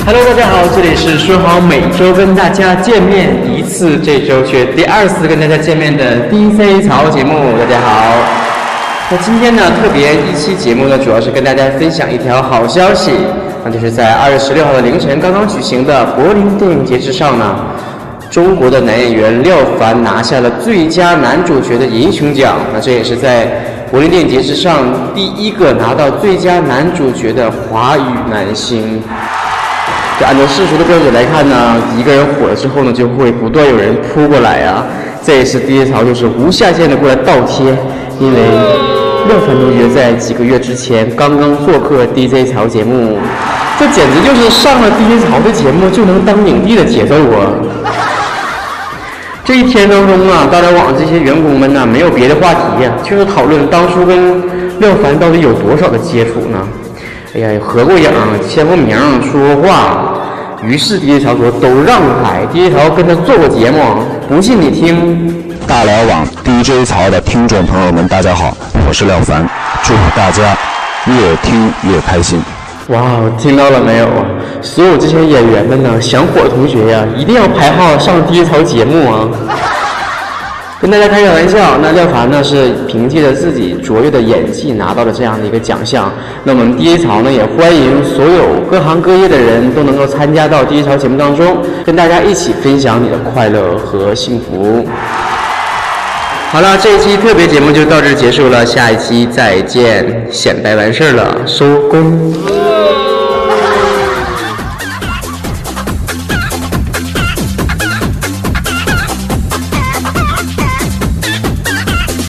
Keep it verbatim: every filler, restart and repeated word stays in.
Hello， 大家好，这里是说好每周跟大家见面一次，这周却第二次跟大家见面的 D C 潮节目。大家好，那今天呢，特别一期节目呢，主要是跟大家分享一条好消息，那就是在二月十六号的凌晨刚刚举行的柏林电影节之上呢，中国的男演员廖凡拿下了最佳男主角的银熊奖。那这也是在柏林电影节之上第一个拿到最佳男主角的华语男星。就按照世俗的标准来看呢，一个人火了之后呢，就会不断有人扑过来啊。这也是D J潮就是无下限的过来倒贴，因为廖凡同学在几个月之前刚刚做客 D J 潮节目，这简直就是上了 D J 潮的节目就能当影帝的节奏啊！这一天当中啊，大家网这些员工们呢、啊，没有别的话题呀、啊，就是讨论当初跟廖凡到底有多少的接触呢？哎呀，合过影，签过名，说过话。于是 D J 潮说都让开 ，D J 潮跟他做过节目，不信你听。 大辽网 D J 潮的听众朋友们，大家好，我是廖凡，祝大家越听越开心。 哇，听到了没有啊？所有这些演员们呢，想火的同学呀、啊，一定要排号上 D J 潮节目啊！跟大家开个玩笑，那廖凡呢是凭借着自己卓越的演技拿到了这样的一个奖项。那我们 D J 潮呢也欢迎所有各行各业的人都能够参加到 D J 潮节目当中，跟大家一起分享你的快乐和幸福。好了，这一期特别节目就到这儿结束了，下一期再见，显摆完事儿了，收工。